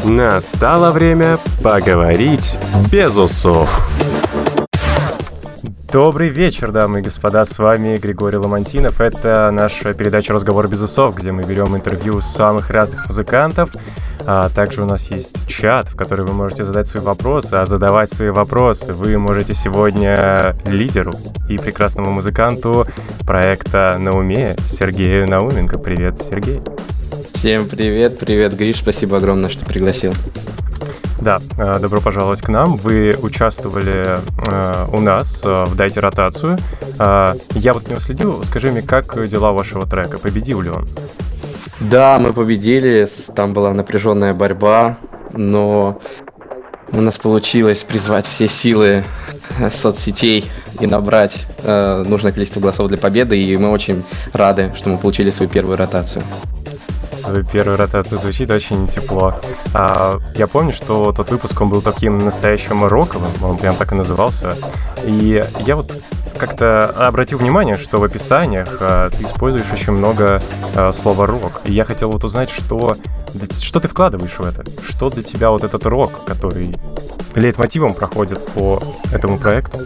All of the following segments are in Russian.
Настало время поговорить без усов. Добрый вечер, дамы и господа, с вами Григорий Ломантинов. Это наша передача «Разговор без усов», где мы берем интервью с самых разных музыкантов. А также у нас есть чат, в который вы можете задать свои вопросы, а задавать свои вопросы вы можете сегодня лидеру и прекрасному музыканту проекта «На уме» Сергею Науменко. Привет, Сергей. Всем привет, Гриш, спасибо огромное, что пригласил. Да, добро пожаловать к нам. Вы участвовали у нас в «Дайте ротацию». Я вот не уследил, скажи мне, как дела вашего трека, победил ли он? Да, мы победили, там была напряженная борьба, но у нас получилось призвать все силы соцсетей и набрать нужное количество голосов для победы, и мы очень рады, что мы получили свою первую ротацию. Свою первую ротацию звучит очень тепло. Я помню, что тот выпуск, он был таким настоящим роковым, он прям так и назывался. И я вот как-то обратил внимание, что в описаниях ты используешь очень много слова «рок». И я хотел вот узнать, что ты вкладываешь в это? Что для тебя вот этот рок, который лейтмотивом проходит по этому проекту?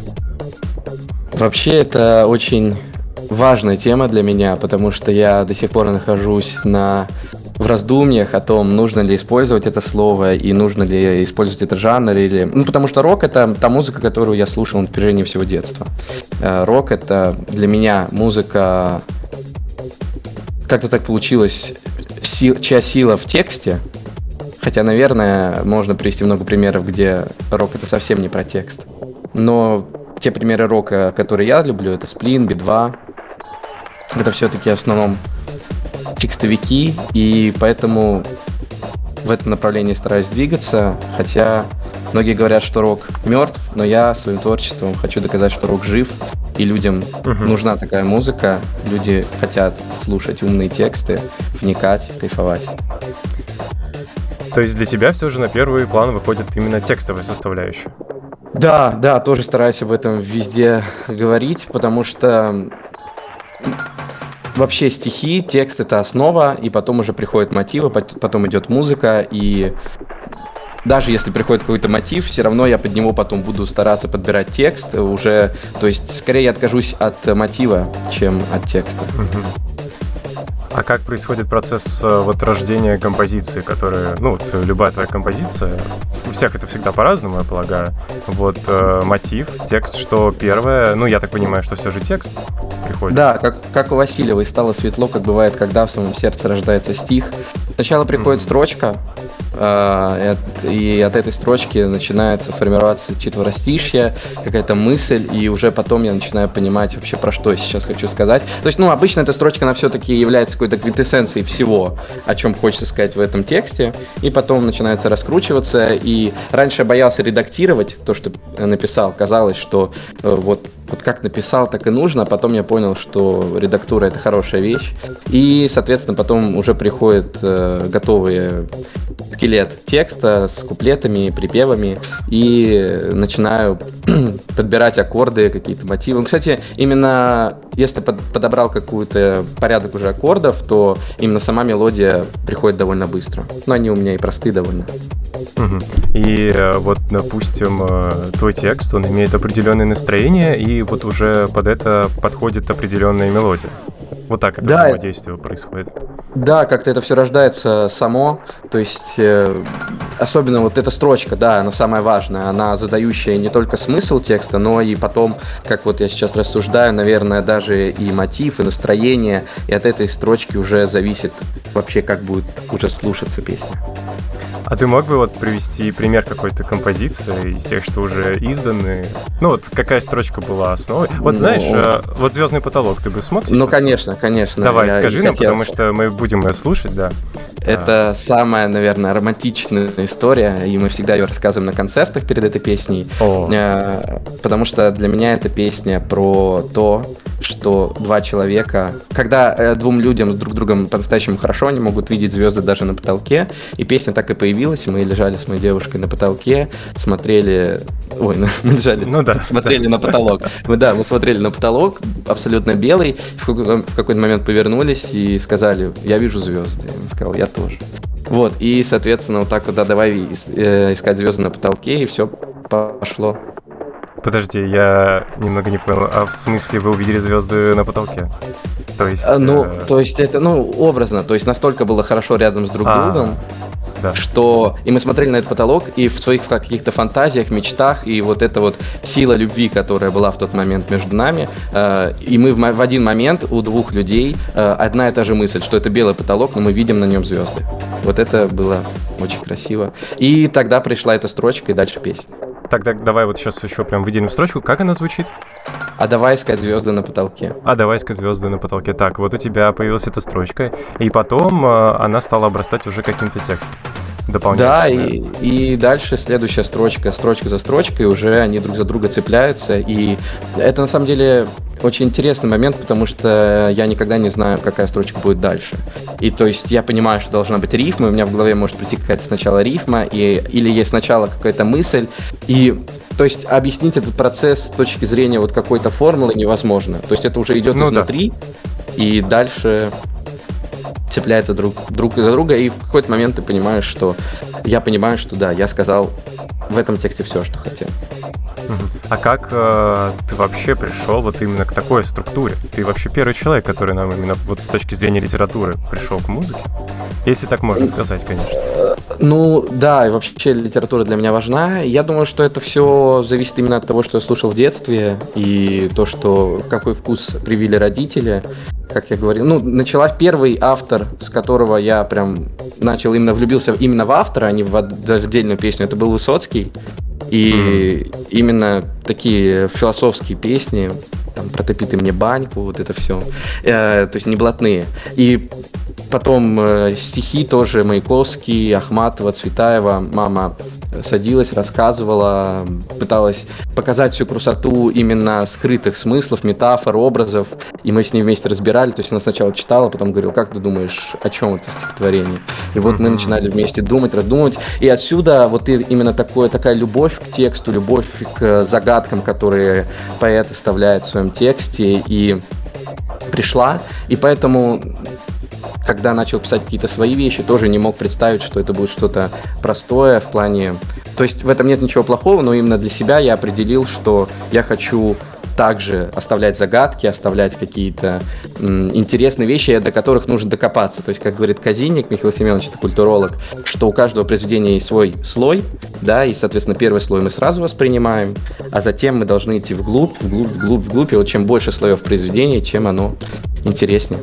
Вообще, это очень важная тема для меня, потому что я до сих пор нахожусь в раздумьях о том, нужно ли использовать это слово и нужно ли использовать этот жанр. Потому что рок — это та музыка, которую я слушал на протяжении всего детства. Рок — это для меня музыка, как-то так получилось, чья сила в тексте. Хотя, наверное, можно привести много примеров, где рок — это совсем не про текст. Но те примеры рока, которые я люблю, это Сплин, Би-2. Это все-таки в основном текстовики, и поэтому в этом направлении стараюсь двигаться, хотя многие говорят, что рок мертв, но я своим творчеством хочу доказать, что рок жив, и людям нужна такая музыка, люди хотят слушать умные тексты, вникать, кайфовать. То есть для тебя все же на первый план выходит именно текстовая составляющая? Да, тоже стараюсь об этом везде говорить, потому что вообще стихи, текст — это основа, и потом уже приходят мотивы, потом идет музыка, и даже если приходит какой-то мотив, все равно я под него потом буду стараться подбирать текст уже, то есть скорее я откажусь от мотива, чем от текста. А как происходит процесс рождения композиции, которая, любая твоя композиция, у всех это всегда по-разному, я полагаю. Мотив, текст, что первое, я так понимаю, что все же текст приходит. Да, как у Васильевой «Стало светло», как бывает, когда в самом сердце рождается стих. Сначала приходит строчка, и от этой строчки начинается формироваться четверостишье, какая-то мысль, и уже потом я начинаю понимать вообще, про что я сейчас хочу сказать. То есть, обычно эта строчка, она все-таки является какой-то квинтэссенцией всего, о чем хочется сказать в этом тексте, и потом начинается раскручиваться, и раньше я боялся редактировать то, что я написал, казалось, что вот как написал, так и нужно, а потом я понял, что редактура — это хорошая вещь, и, соответственно, потом уже приходит готовый скелет текста с куплетами, припевами, и начинаю подбирать аккорды, какие-то мотивы. Кстати, именно если подобрал какой-то порядок уже аккордов, то именно сама мелодия приходит довольно быстро. Но они у меня и простые довольно. И допустим, твой текст, он имеет определенное настроение, и вот уже под это подходит определенная мелодия. Вот так это взаимодействие происходит. Да, как-то это все рождается само, то есть особенно вот эта строчка, да, она самая важная, она задающая не только смысл текста, но и потом, как вот я сейчас рассуждаю, наверное, даже и мотив, и настроение, и от этой строчки уже зависит вообще, как будет уже слушаться песня. А ты мог бы привести пример какой-то композиции из тех, что уже изданы? Какая строчка была основой? Знаешь, «Звездный потолок» ты бы смог сейчас? Конечно. Давай, скажи нам, потому что мы будем ее слушать, да. Это самая, наверное, романтичная история, и мы всегда ее рассказываем на концертах перед этой песней, потому что для меня эта песня про то, что два человека, когда двум людям друг другом по-настоящему хорошо, они могут видеть звезды даже на потолке, и песня так и появилась, мы лежали с моей девушкой на потолке, смотрели на потолок. Мы смотрели на потолок, абсолютно белый, в какой-то момент повернулись и сказали: «Я вижу звезды». Я сказал: «Я тоже». Вот, и, соответственно, вот так вот, да, давай искать звезды на потолке, и все пошло. Подожди, я немного не понял. А в смысле вы увидели звезды на потолке? То есть... То есть это, образно, то есть настолько было хорошо рядом с друг другом, да. что и мы смотрели на этот потолок, и в своих каких-то фантазиях, мечтах, и вот эта вот сила любви, которая была в тот момент между нами, и мы в один момент у двух людей одна и та же мысль, что это белый потолок, но мы видим на нем звезды. Вот это было очень красиво. И тогда пришла эта строчка, и дальше песня. Тогда давай вот сейчас еще прям выделим строчку. Как она звучит? А давай искать звезды на потолке. А давай искать звезды на потолке. Так, вот у тебя появилась эта строчка, и потом она стала обрастать уже каким-то текстом. Да, и дальше следующая строчка за строчкой, уже они друг за друга цепляются. И это на самом деле очень интересный момент, потому что я никогда не знаю, какая строчка будет дальше. И то есть я понимаю, что должна быть рифма, у меня в голове может прийти какая-то сначала рифма, или есть сначала какая-то мысль. И то есть объяснить этот процесс с точки зрения вот какой-то формулы невозможно. То есть это уже идет изнутри, и дальше цепляется друг за друга, и в какой-то момент ты понимаешь, что я понимаю, что да, я сказал в этом тексте все, что хотел. А как ты вообще пришел вот именно к такой структуре? Ты вообще первый человек, который нам именно вот с точки зрения литературы пришел к музыке? Если так можно сказать, конечно. Да, и вообще литература для меня важна. Я думаю, что это все зависит именно от того, что я слушал в детстве, и то, что какой вкус привили родители. Как я говорил, началась первый автор, с которого я прям начал влюбился именно в автора, а не в отдельную песню, это был Высоцкий. И именно такие философские песни, там, «Протопи ты мне баньку», вот это все, то есть не блатные. И потом стихи тоже Маяковский, Ахматова, Цветаева. Мама садилась, рассказывала, пыталась показать всю красоту именно скрытых смыслов, метафор, образов. И мы с ней вместе разбирали. То есть она сначала читала, потом говорила: как ты думаешь, о чем это стихотворение? И вот мы начинали вместе думать, раздумывать. И отсюда вот именно такая любовь к тексту, любовь к загадкам, которые поэт оставляет в своем тексте, и пришла. И поэтому, когда начал писать какие-то свои вещи, тоже не мог представить, что это будет что-то простое в плане... То есть в этом нет ничего плохого, но именно для себя я определил, что я хочу также оставлять загадки, оставлять какие-то интересные вещи, до которых нужно докопаться. То есть, как говорит Казинник Михаил Семенович, это культуролог, что у каждого произведения есть свой слой, да, и, соответственно, первый слой мы сразу воспринимаем, а затем мы должны идти вглубь, и вот чем больше слоев произведения, чем оно интереснее.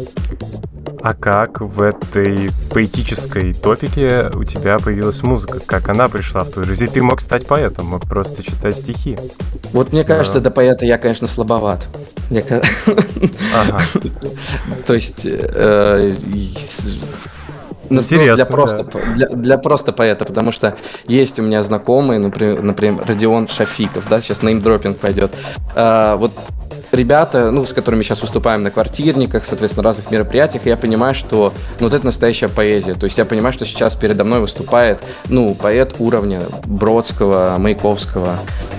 А как в этой поэтической топике у тебя появилась музыка? Как она пришла в твою жизнь? Ты мог стать поэтом, мог просто читать стихи. Вот мне кажется, до поэта я, конечно, слабоват. Ага. То есть... Интересно, для просто поэта, потому что есть у меня знакомые, например, Родион Шафиков, да, сейчас неймдропинг пойдет. Вот ребята, с которыми сейчас выступаем на квартирниках, соответственно, разных мероприятиях, я понимаю, что вот это настоящая поэзия. То есть я понимаю, что сейчас передо мной выступает, поэт уровня Бродского, Маяковского.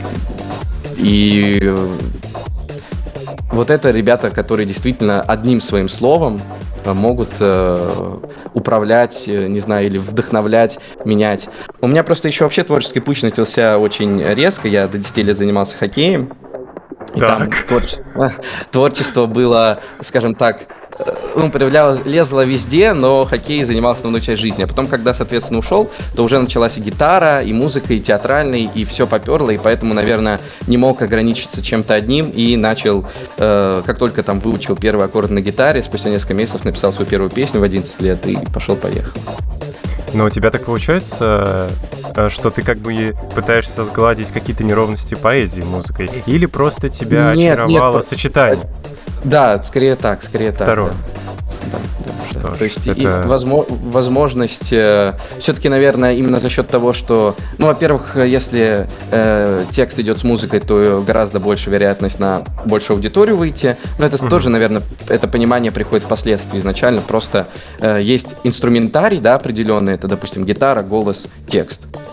И вот это ребята, которые действительно одним своим словом могут управлять, не знаю, или вдохновлять, менять. У меня просто еще вообще творческий путь начался очень резко. Я до 10 лет занимался хоккеем. И там творчество было, скажем так, лезло везде, но хоккей занимал основную часть жизни. А потом, когда, соответственно, ушел, то уже началась и гитара, и музыка, и театральный, и все поперло, и поэтому, наверное, не мог ограничиться чем-то одним, и начал, как только там выучил первый аккорд на гитаре, спустя несколько месяцев написал свою первую песню в 11 лет, и пошел-поехал. Но у тебя так получается, что ты как бы пытаешься сгладить какие-то неровности поэзии музыкой? Или просто тебя очаровало сочетание? Да, скорее так. Второе. Да. То есть это... возможность все-таки, наверное, именно за счет того, что, во-первых, если текст идет с музыкой, то гораздо больше вероятность на большую аудиторию выйти. Но это тоже, наверное, это понимание приходит впоследствии. Изначально просто есть инструментарий, да, определенный. Это, допустим, гитара, голос, текст.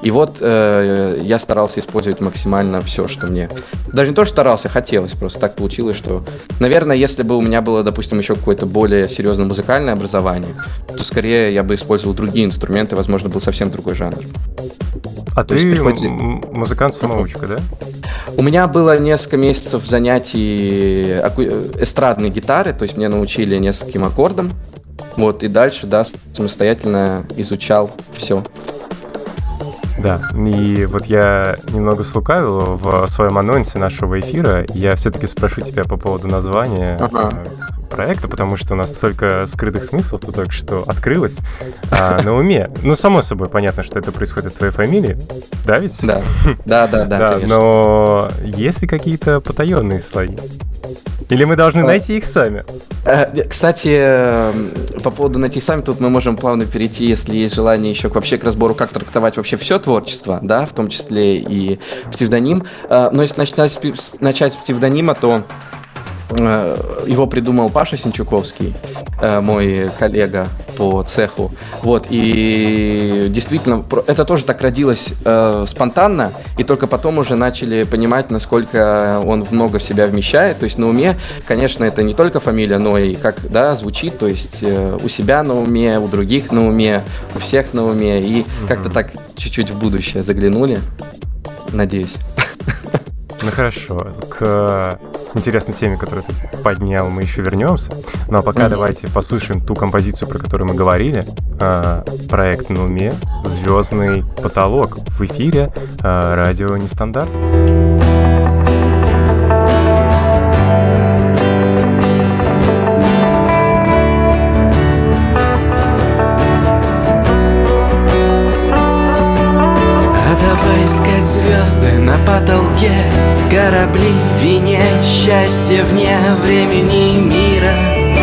И вот я старался использовать максимально все, что мне... Даже не то, что старался, хотелось, просто так получилось, что... Наверное, если бы у меня было, допустим, еще какое-то более серьезное музыкальное образование, то скорее я бы использовал другие инструменты, возможно, был совсем другой жанр. А то ты музыкант-самоучка, да? У меня было несколько месяцев занятий эстрадной гитары, то есть меня научили нескольким аккордам, вот, и дальше, да, самостоятельно изучал все. Да, и вот я немного слукавил в своем анонсе нашего эфира. Я все-таки спрошу тебя по поводу названия проекта, потому что у нас столько скрытых смыслов тут только что открылось на уме. Ну, само собой, понятно, что это происходит от твоей фамилии, да ведь? Да, конечно. Но есть ли какие-то потаенные слои? Или мы должны найти их сами? Кстати, по поводу найти сами, тут мы можем плавно перейти, если есть желание еще вообще к разбору, как трактовать вообще все творчество, да, в том числе и псевдоним. Но если начать с псевдонима, то его придумал Паша Синчуковский, мой коллега по цеху. Вот, и действительно, это тоже так родилось спонтанно, и только потом уже начали понимать, насколько он много в себя вмещает. То есть на уме, конечно, это не только фамилия, но и как, да, звучит, то есть у себя на уме, у других на уме, у всех на уме, и как-то так чуть-чуть в будущее заглянули, надеюсь. Ну хорошо, к интересной теме, которую ты поднял, мы еще вернемся. Ну а пока давайте послушаем ту композицию, про которую мы говорили. Проект «На уме», «Звездный потолок» в эфире радио «Нестандарт». Искать звезды на потолке, корабли в вине, счастье вне времени мира.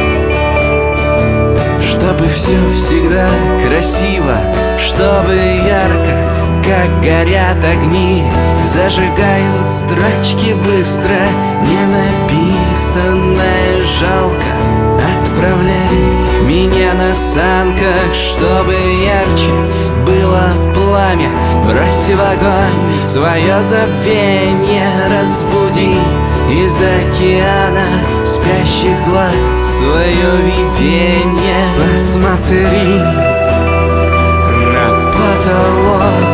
Чтобы все всегда красиво, чтобы ярко, как горят огни, зажигают строчки быстро, не написанное жалко. Отправляй меня на санках, чтобы ярче было пламя. Брось в огонь свое забвение, разбуди из океана спящих глаз свое видение. Посмотри на потолок,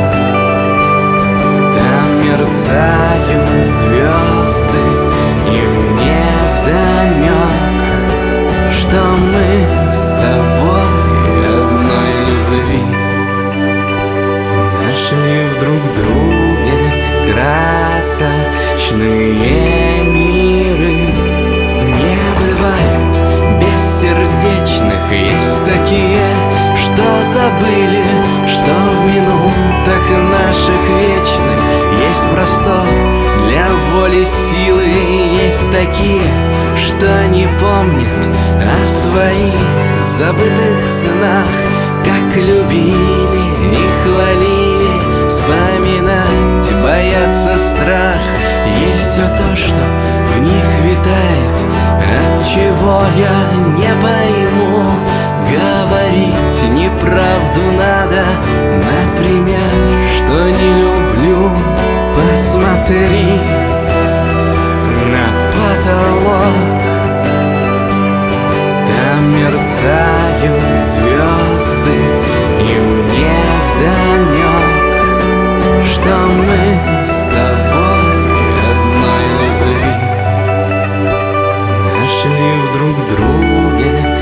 там мерцают звезды, и мне вдомек, что мы с тобой одной любви нашли в друг друге красочные миры. Не бывает бессердечных, есть такие, что забыли, что в минутах наших вечных есть простор для воли силы. Есть такие, что не помнят о своих забытых снах, как любили и хвалили, вспоминать боятся страх. Есть все то, что в них витает, от чего я не пойму. Говорить неправду надо, например, что не люблю. Посмотри на потолок, там мерцают звезды, и мне вдомек, что мы с тобой одной любви нашли в друг друге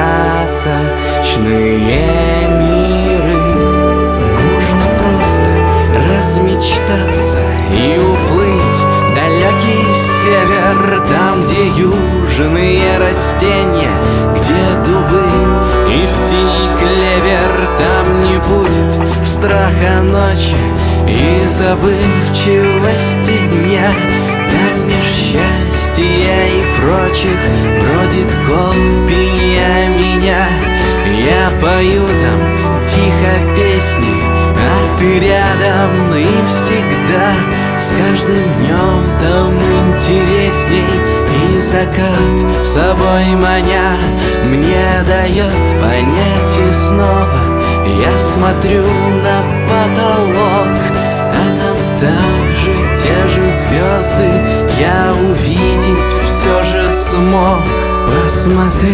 красочные миры. Нужно просто размечтаться и уплыть далекий север, там, где южные растения, где дубы и синий клевер. Там не будет страха ночи и забывчивости дня. Там меж счастья и прочих бродит копия меня. Я пою там тихо песни, а ты рядом и всегда. С каждым днем там интересней, и закат собой маня мне дает понять и снова Я смотрю на потолок, а там также те же звезды. Я увидеть все же смог. Посмотри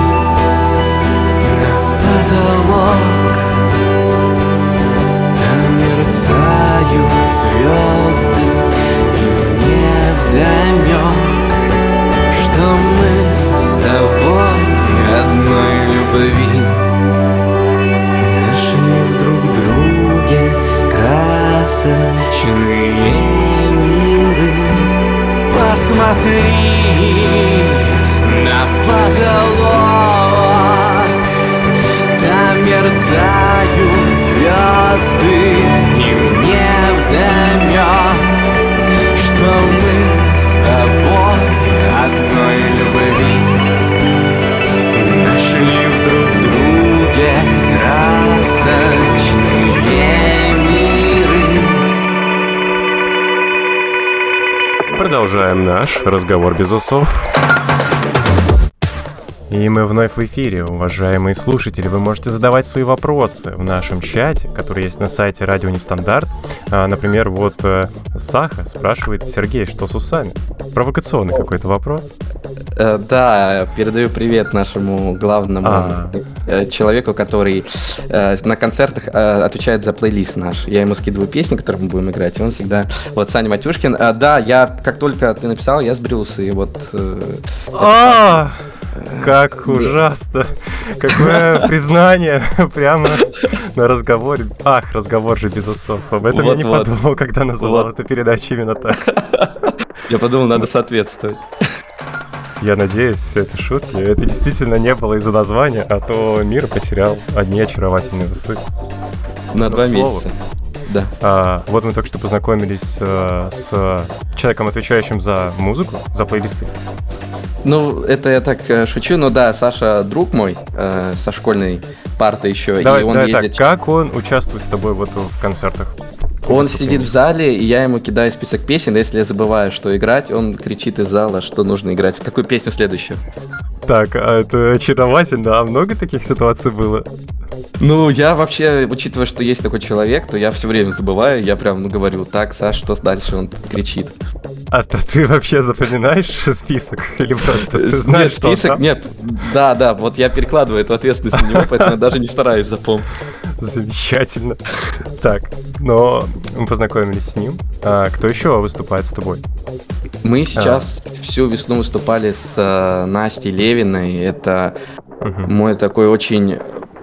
на потолок, там мерцают звезды, и мне вдомек, что мы с тобой одной любви нашли в друг друге красочные миры. Посмотри на потолок, там мерцают звезды, и мне вдомек, что мы с тобой одной любви нашли в друг друге красочные миры. Продолжаем наш разговор без усов. И мы вновь в эфире, уважаемые слушатели. Вы можете задавать свои вопросы в нашем чате, который есть на сайте Радио Нестандарт. Например, вот Саха спрашивает: Сергей, что с усами? Провокационный какой-то вопрос. Да, передаю привет нашему главному человеку, который на концертах отвечает за плейлист наш. Я ему скидываю песни, которые мы будем играть, и он всегда... Вот, Саня Матюшкин. Да, я, как только ты написал, я сбрил усы, и вот... Как ужасно! Какое признание прямо на разговоре. Ах, разговор же без усов. Об этом я не подумал, когда называл эту передачу именно так. Я подумал, надо соответствовать. Я надеюсь, это шутки. Это действительно не было из-за названия, а то мир потерял одни очаровательные усы. На 2 месяца. Да. Вот мы только что познакомились с человеком, отвечающим за музыку, за плейлисты. Ну, это я так шучу, но да, Саша друг мой со школьной парты еще. Давай, и он ездит... Как он участвует с тобой вот в концертах? Он сидит в зале, и я ему кидаю список песен, и если я забываю, что играть, он кричит из зала, что нужно играть. Какую песню следующую? Так, это очаровательно, а много таких ситуаций было? Ну, я вообще, учитывая, что есть такой человек, то я все время забываю, я прям говорю: так, Саш, что дальше? Он кричит. А то ты вообще запоминаешь список? Или просто ты знаешь, нет, список, нет. Да, вот я перекладываю эту ответственность на него, поэтому я даже не стараюсь запомнить. Замечательно. Так, но мы познакомились с ним. Кто еще выступает с тобой? Мы сейчас всю весну выступали с Настей Левиной. Это мой такой очень...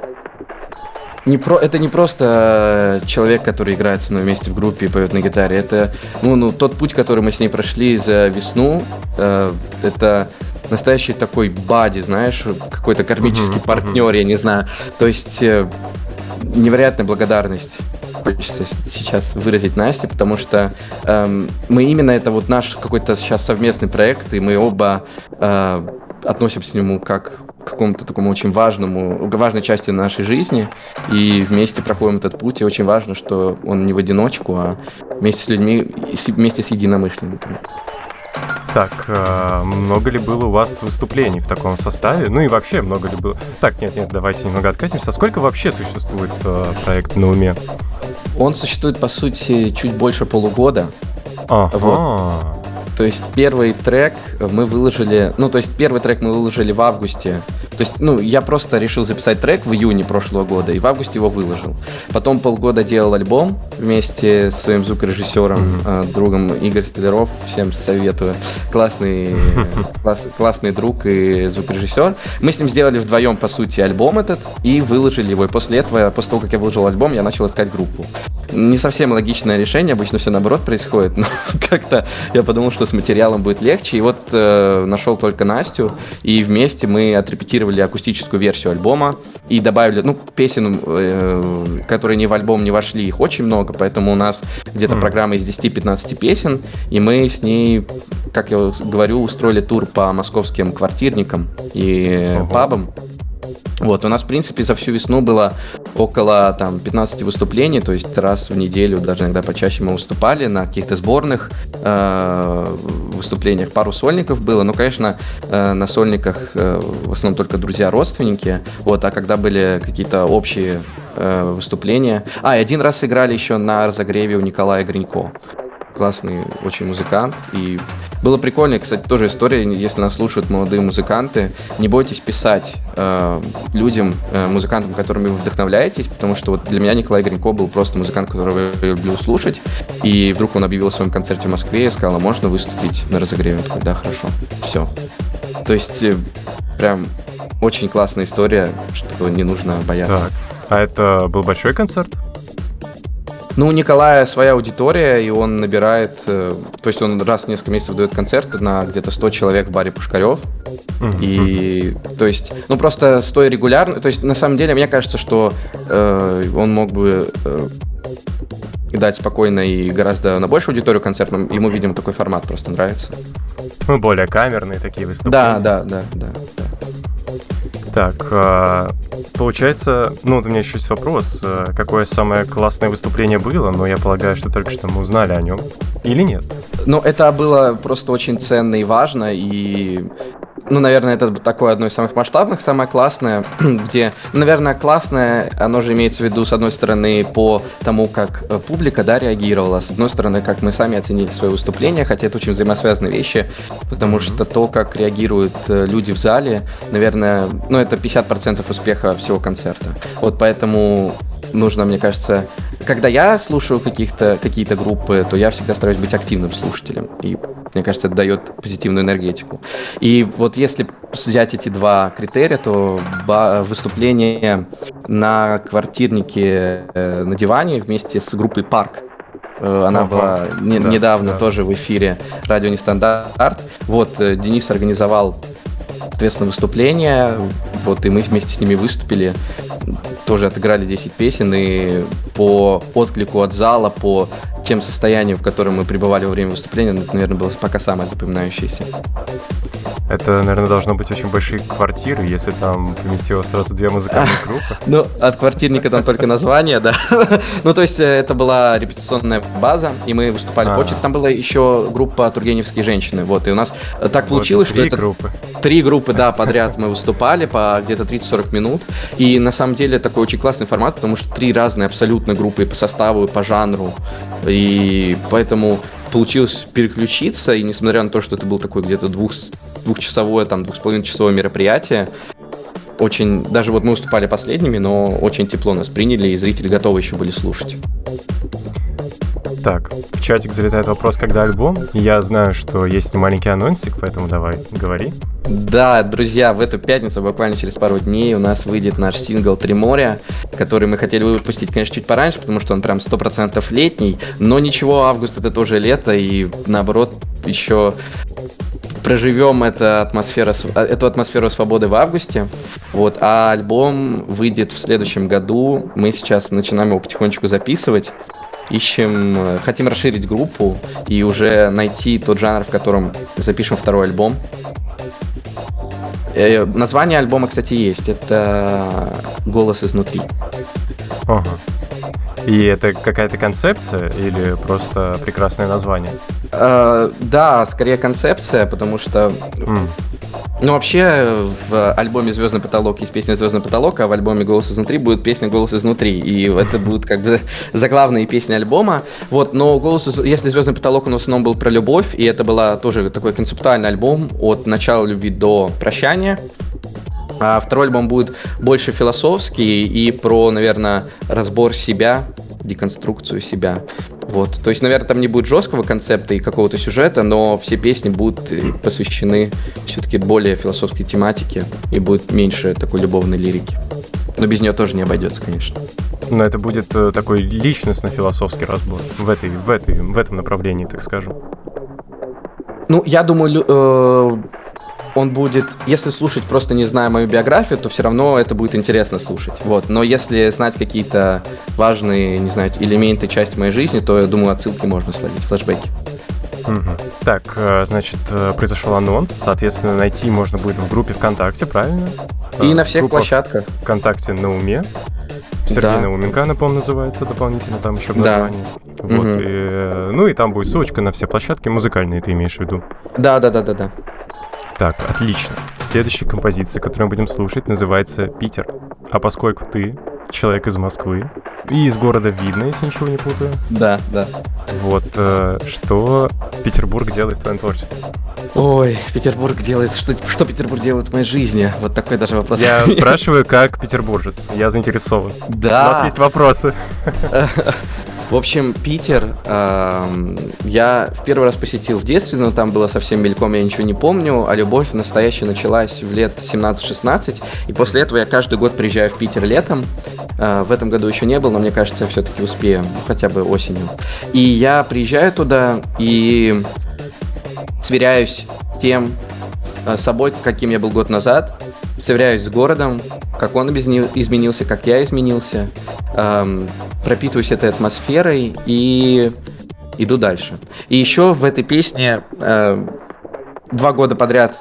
Это не просто человек, который играет со мной вместе в группе и поет на гитаре. Это тот путь, который мы с ней прошли за весну. Это настоящий такой бади, знаешь, какой-то кармический партнер, я не знаю. То есть невероятная благодарность хочется сейчас выразить Насте, потому что мы именно это вот наш какой-то сейчас совместный проект, и мы оба относимся к нему как к какому-то такому очень важной части нашей жизни, и вместе проходим этот путь, и очень важно, что он не в одиночку, а вместе с людьми, вместе с единомышленниками. Так, много ли было у вас выступлений в таком составе? Ну и вообще, много ли было... Так, нет, давайте немного откатимся. Сколько вообще существует проект «На уме»? Он существует, по сути, чуть больше полугода. Вот. То есть первый трек мы выложили в августе. То есть, я просто решил записать трек в июне прошлого года, и в августе его выложил. Потом полгода делал альбом вместе с своим звукорежиссером, другом Игорь Столяров, всем советую. Классный друг и звукорежиссер. Мы с ним сделали вдвоем, по сути, альбом этот, и выложили его. И после этого, после того, как я выложил альбом, я начал искать группу. Не совсем логичное решение, обычно все наоборот происходит, но как-то я подумал, что с материалом будет легче, и вот нашел только Настю, и вместе мы отрепетировали акустическую версию альбома и добавили, песен, которые ни в альбом не вошли, их очень много, поэтому у нас где-то программа из 10-15 песен, и мы с ней, как я говорю, устроили тур по московским квартирникам и пабам. Вот, у нас, в принципе, за всю весну было около 15 выступлений, то есть раз в неделю, даже иногда почаще мы выступали на каких-то сборных выступлениях. Пару сольников было, но, конечно, на сольниках в основном только друзья, родственники, вот, а когда были какие-то общие выступления. И один раз сыграли еще на разогреве у Николая Гринько. Классный очень музыкант. И было прикольно, кстати, тоже история, если нас слушают молодые музыканты, не бойтесь писать людям, музыкантам, которыми вы вдохновляетесь, потому что вот для меня Николай Гринько был просто музыкант, которого я люблю слушать, и вдруг он объявил о своем концерте в Москве и сказал: можно выступить на разогреве? Он такой: да, хорошо, все. То есть прям очень классная история, что не нужно бояться. Так, а это был большой концерт? Ну, у Николая своя аудитория, и он набирает... То есть он раз в несколько месяцев дает концерты на где-то 100 человек в баре Пушкарев. И, то есть, ну, просто стоя регулярно... То есть, на самом деле, мне кажется, что он мог бы дать спокойно и гораздо на большую аудиторию концерт, но ему, видимо, такой формат просто нравится. Ну, более камерные такие выступления. Да. Так, получается, ну, вот у меня еще есть вопрос. Какое самое классное выступление было? Но я полагаю, что только что мы узнали о нем. Или нет? Ну, это было просто очень ценно и важно, и... Ну, наверное, это такое одно из самых масштабных, самое классное, где, наверное, классное, оно же имеется в виду, с одной стороны, по тому, как публика, да, реагировала, с одной стороны, как мы сами оценили свое выступление, хотя это очень взаимосвязанные вещи, потому что то, как реагируют люди в зале, наверное, ну, это 50% успеха всего концерта. Вот поэтому нужно, мне кажется, когда я слушаю какие-то группы, то я всегда стараюсь быть активным слушателем. И мне кажется, это дает позитивную энергетику. И вот если взять эти два критерия, то выступление на квартирнике на диване вместе с группой «Парк», она была недавно тоже в эфире «Радио Нестандарт». Вот, Денис организовал, соответственно, выступление, вот, и мы вместе с ними выступили, тоже отыграли 10 песен, и по отклику от зала, по тем состояниям, в котором мы пребывали во время выступления, это, наверное, было пока самое запоминающееся. Это, наверное, должно быть очень большие квартиры, если там поместилось сразу две музыкальные группы. Ну, от квартирника там только название, да. Ну, то есть это была репетиционная база, и мы выступали по очереди. Там была еще группа «Тургеневские женщины». Вот, и у нас так получилось, что это... Три группы, да, подряд мы выступали по где-то 30-40 минут. И на самом деле такой очень классный формат, потому что три разные абсолютно группы и по составу, и по жанру. И поэтому получилось переключиться, и несмотря на то, что это был такой где-то двухчасовое, там, 2,5-часовое мероприятие, очень, даже вот мы выступали последними, но очень тепло нас приняли, и зрители готовы еще были слушать. Так, в чатик залетает вопрос, когда альбом. Я знаю, что есть маленький анонсик, поэтому давай, говори. Да, друзья, в эту пятницу, буквально через пару дней, у нас выйдет наш сингл «Три моря», который мы хотели выпустить, конечно, чуть пораньше, потому что он прям 100% летний, но ничего, август — это тоже лето, и наоборот, еще проживем эту атмосферу свободы в августе. Вот, а альбом выйдет в следующем году. Мы сейчас начинаем его потихонечку записывать. Хотим расширить группу и уже найти тот жанр, в котором запишем второй альбом. Название альбома, кстати, есть. Это «Голос изнутри». Ага. И это какая-то концепция или просто прекрасное название? Да, скорее концепция, потому что... Ну, вообще, в альбоме «Звездный потолок» есть песня «Звездный потолок», а в альбоме «Голос изнутри» будет песня «Голос изнутри». И это будут как бы заглавные песни альбома. Вот, но если «Звездный потолок» у нас в основном был про любовь, и это была тоже такой концептуальный альбом от начала любви до прощания. А второй альбом будет больше философский и про, наверное, разбор себя, деконструкцию себя. Вот. То есть, наверное, там не будет жесткого концепта и какого-то сюжета, но все песни будут посвящены все-таки более философской тематике и будет меньше такой любовной лирики. Но без нее тоже не обойдется, конечно. Но это будет такой личностно-философский разбор в этом направлении, так скажем. Ну, я думаю, он будет, если слушать просто не зная мою биографию, то все равно это будет интересно слушать. Вот. Но если знать какие-то важные, не знаю, элементы, части моей жизни, то, я думаю, отсылки можно словить, флешбеки. Так, значит, произошел анонс, соответственно, найти можно будет в группе ВКонтакте, правильно? И на всех площадках. ВКонтакте «На уме». Сергей Науменко, она, по-моему, называется дополнительно, там еще в названии. Да. Вот, и там будет ссылочка на все площадки, музыкальные ты имеешь в виду? Да. Так, отлично. Следующая композиция, которую мы будем слушать, называется «Питер». А поскольку ты человек из Москвы. И из города Видно, если ничего не путаю. Да, да. Вот, что Петербург делает в твоем творчестве? Ой, Петербург делает... Что Петербург делает в моей жизни? Вот такой даже вопрос. Я спрашиваю, как петербуржец. Я заинтересован. Да. У нас есть вопросы. В общем, Питер я в первый раз посетил в детстве, но там было совсем мельком, я ничего не помню, а любовь настоящая началась в лет 17-16, и после этого я каждый год приезжаю в Питер летом. В этом году еще не был, но мне кажется, я все-таки успею, хотя бы осенью. И я приезжаю туда и сверяюсь тем собой, каким я был год назад, сверяюсь с городом, как он изменился, как я изменился, пропитываюсь этой атмосферой и иду дальше. И еще в этой песне 2 года подряд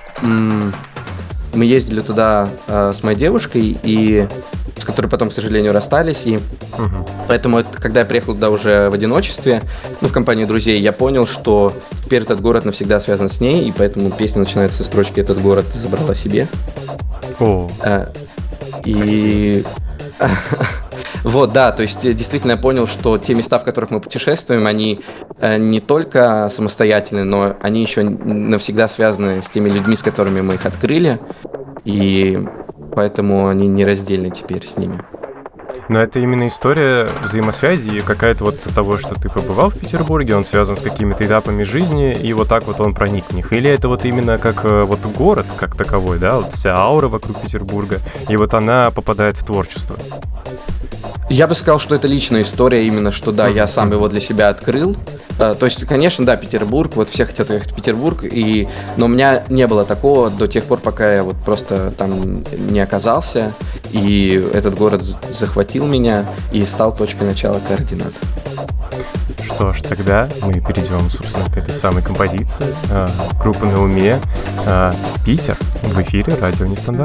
мы ездили туда с моей девушкой, и с которой потом, к сожалению, расстались. И поэтому, когда я приехал туда уже в одиночестве, в компании друзей, я понял, что теперь этот город навсегда связан с ней, и поэтому песня начинается со строчки «Этот город забрала себе». О. И... Вот, да, то есть действительно я понял, что те места, в которых мы путешествуем, они не только самостоятельны, но они еще навсегда связаны с теми людьми, с которыми мы их открыли, и поэтому они нераздельны теперь с ними. Но это именно история взаимосвязи и какая-то вот того, что ты побывал в Петербурге, он связан с какими-то этапами жизни, и вот так вот он проник в них. Или это вот именно как вот город как таковой, да, вот вся аура вокруг Петербурга, и вот она попадает в творчество. Я бы сказал, что это личная история, именно что, да, я сам его для себя открыл. То есть, конечно, да, Петербург, вот все хотят ехать в Петербург, но у меня не было такого до тех пор, пока я вот просто там не оказался, и этот город захватил меня и стал точкой начала координат. Что ж, тогда мы перейдем, собственно, к этой самой композиции. Группа «На уме». Питер. В эфире радио Нестандарт.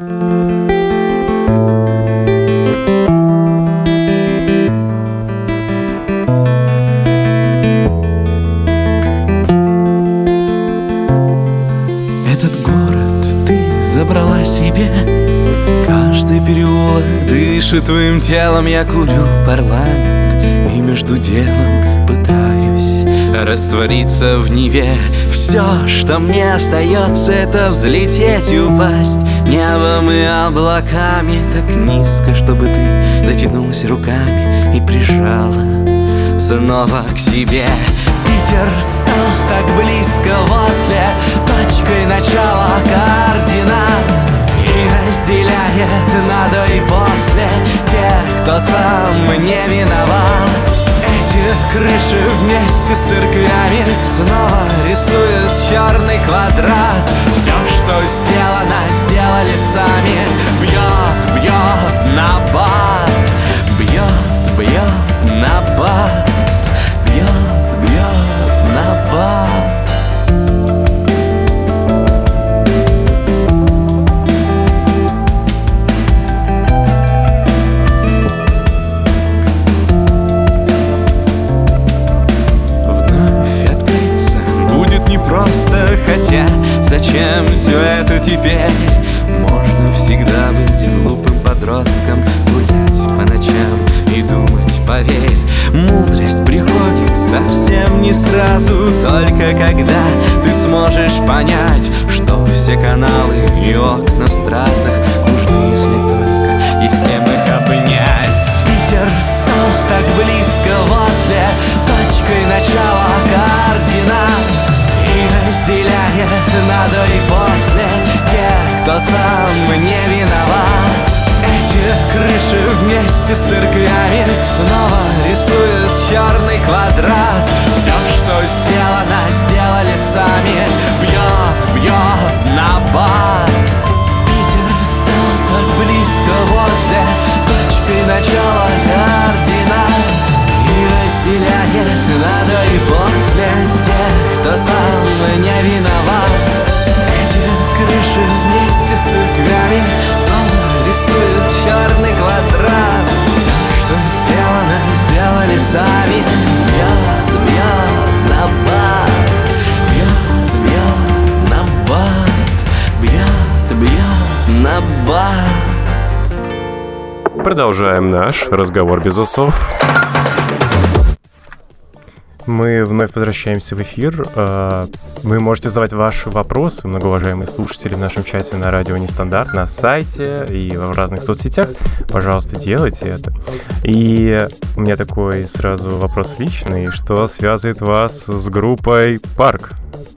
Забрала себе каждый переулок, дышит твоим телом, я курю парламент и между делом пытаюсь раствориться в Неве. Все, что мне остается, это взлететь и упасть небом и облаками так низко, чтобы ты дотянулась руками и прижала снова к себе. Питер стал так близко возле точкой начала координат и разделяет на до и после тех, кто сам не виноват. Эти крыши вместе с церквями снова рисуют черный квадрат. Все, что сделано, сделали сами. Бьет, бьет на бат, бьет, бьет на бат, бьет, бьет на бат. Просто, хотя зачем все это теперь? Можно всегда быть глупым подростком, гулять по ночам и думать, поверь. Мудрость приходит совсем не сразу, только когда ты сможешь понять, что все каналы и окна в стразах нужны, если только есть кем их обнять. Питер стал так близко возле точкой начала координат и разделяет на до и после тех, кто сам не виноват. Эти крыши вместе с церквями снова рисуют черный квадрат. Все, что сделано, сделали сами. Бьет, бьет на бат. Питер стал так близко возле точки начала координат и разделяет на до и после тех, кто сам не виноват. Эти крыши вместе с церквями снова рисуют черный квадрат. Все, Продолжаем наш разговор без усов. Мы вновь возвращаемся в эфир. Вы можете задавать ваши вопросы, многоуважаемые слушатели, в нашем чате на радио Нестандарт, на сайте и в разных соцсетях. Пожалуйста, делайте это. И у меня такой сразу вопрос личный. Что связывает вас с группой «Парк»?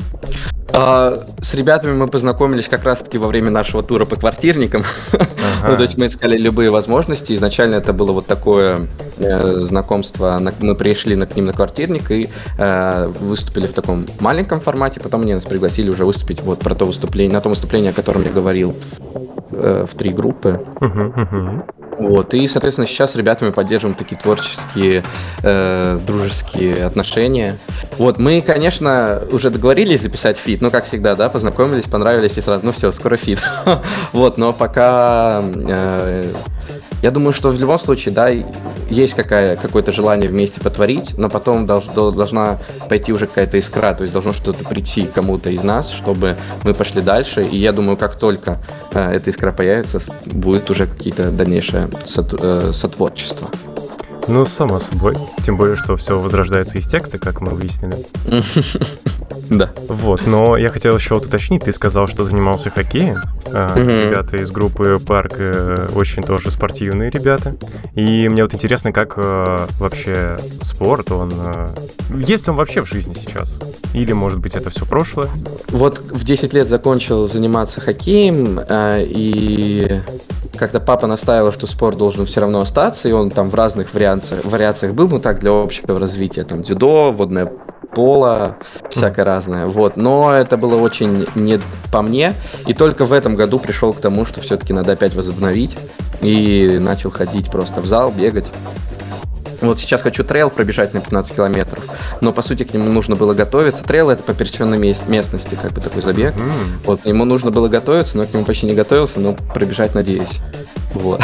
С ребятами мы познакомились как раз-таки во время нашего тура по квартирникам. Ну, то есть мы искали любые возможности. Изначально это было вот такое знакомство. Мы пришли к ним на квартирник и выступили в таком маленьком формате. Потом они нас пригласили уже выступить вот про то выступление, на том выступлении, о котором я говорил, в 3 группы. Вот, и, соответственно, сейчас с ребятами поддерживаем такие творческие, дружеские отношения. Вот, мы, конечно, уже договорились записать фит, ну, как всегда, да, познакомились, понравились и сразу, ну, все, скоро фит. Вот, но пока, я думаю, что в любом случае, да, есть какое-то желание вместе потворить, но потом должна пойти уже какая-то искра, то есть должно что-то прийти кому-то из нас, чтобы мы пошли дальше, и я думаю, как только эта искра появится, будет уже какие-то дальнейшее сотворчество. Ну, само собой. Тем более, что все возрождается из текста, как мы выяснили. Да. Вот, но я хотел еще вот уточнить. Ты сказал, что занимался хоккеем. Ребята из группы «Парк» очень тоже спортивные ребята. И мне вот интересно, как вообще спорт, есть ли он вообще в жизни сейчас? Или, может быть, это все прошлое? Вот в 10 лет закончил заниматься хоккеем, и когда папа настаивал, что спорт должен все равно остаться, и он там в разных вариациях был, ну так, для общего развития, там дзюдо, водное поло, всякое разное, вот, но это было очень не по мне, и только в этом году пришел к тому, что все-таки надо опять возобновить, и начал ходить просто в зал, бегать. Вот сейчас хочу трейл пробежать на 15 километров, но по сути к нему нужно было готовиться. Трейл — это по пересеченной местности, как бы такой забег. Вот, ему нужно было готовиться, но к нему почти не готовился, но пробежать надеюсь. Вот.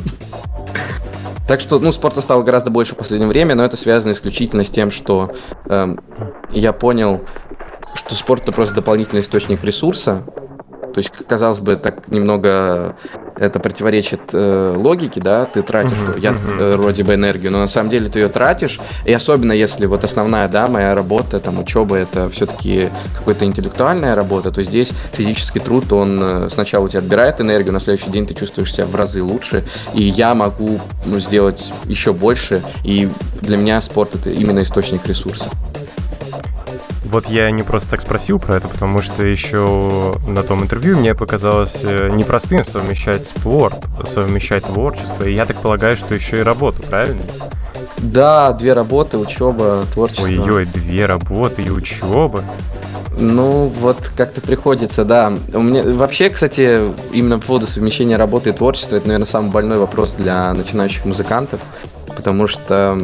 Так что, спорта стало гораздо больше в последнее время, но это связано исключительно с тем, что я понял, что спорт — это просто дополнительный источник ресурса. То есть, казалось бы, так немного это противоречит логике, да, ты тратишь вроде бы энергию, но на самом деле ты ее тратишь, и особенно если вот основная, да, моя работа, там, учеба, это все-таки какая-то интеллектуальная работа, то здесь физический труд, он сначала у тебя отбирает энергию, на следующий день ты чувствуешь себя в разы лучше, и я могу сделать еще больше, и для меня спорт — это именно источник ресурса. Вот я не просто так спросил про это, потому что еще на том интервью мне показалось непростым совмещать спорт, совмещать творчество, и я так полагаю, что еще и работу, правильно? Да, 2 работы, учеба, творчество. Ой-ой, 2 работы и учеба. Ну, вот как-то приходится, да. У меня вообще, кстати, именно по поводу совмещения работы и творчества, это, наверное, самый больной вопрос для начинающих музыкантов, потому что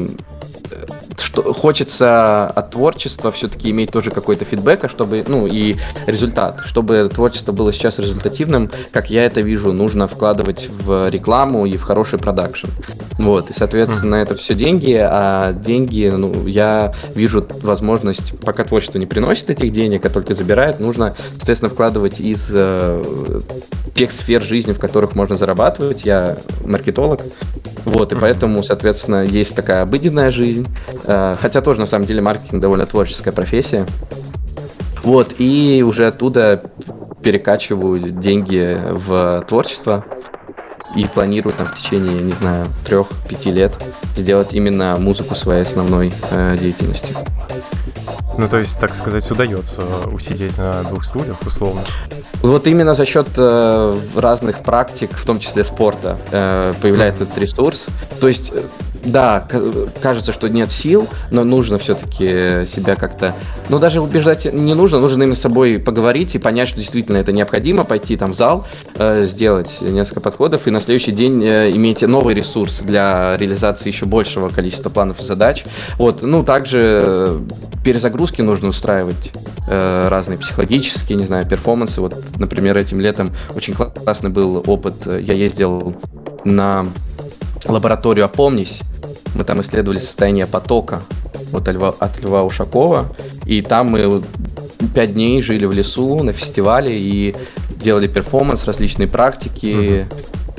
хочется от творчества все-таки иметь тоже какой-то фидбэк, чтобы, и результат. Чтобы творчество было сейчас результативным, как я это вижу, нужно вкладывать в рекламу и в хороший продакшн. Вот, и, соответственно, это все деньги, а деньги, я вижу возможность, пока творчество не приносит этих денег, а только забирает, нужно, соответственно, вкладывать из тех сфер жизни, в которых можно зарабатывать. Я маркетолог, вот, и поэтому, соответственно, есть такая обыденная жизнь, хотя тоже, на самом деле, маркетинг довольно творческая профессия. Вот, и уже оттуда перекачиваю деньги в творчество и планирую там в течение, не знаю, 3-5 лет сделать именно музыку своей основной деятельностью. Ну, то есть, так сказать, удается усидеть на 2 стульях, условно. Вот именно за счет разных практик, в том числе спорта, появляется этот ресурс. То есть, да, кажется, что нет сил, но нужно все-таки себя как-то... даже убеждать не нужно именно с собой поговорить и понять, что действительно это необходимо, пойти там в зал, сделать несколько подходов и на следующий день иметь новый ресурс для реализации еще большего количества планов и задач. Вот, также перезагрузки нужно устраивать, разные психологические, не знаю, перформансы. Вот, например, этим летом очень классный был опыт. Я ездил на лабораторию «Опомнись». Мы там исследовали состояние потока от Льва Ушакова. И там мы 5 дней жили в лесу на фестивале и делали перформанс, различные практики.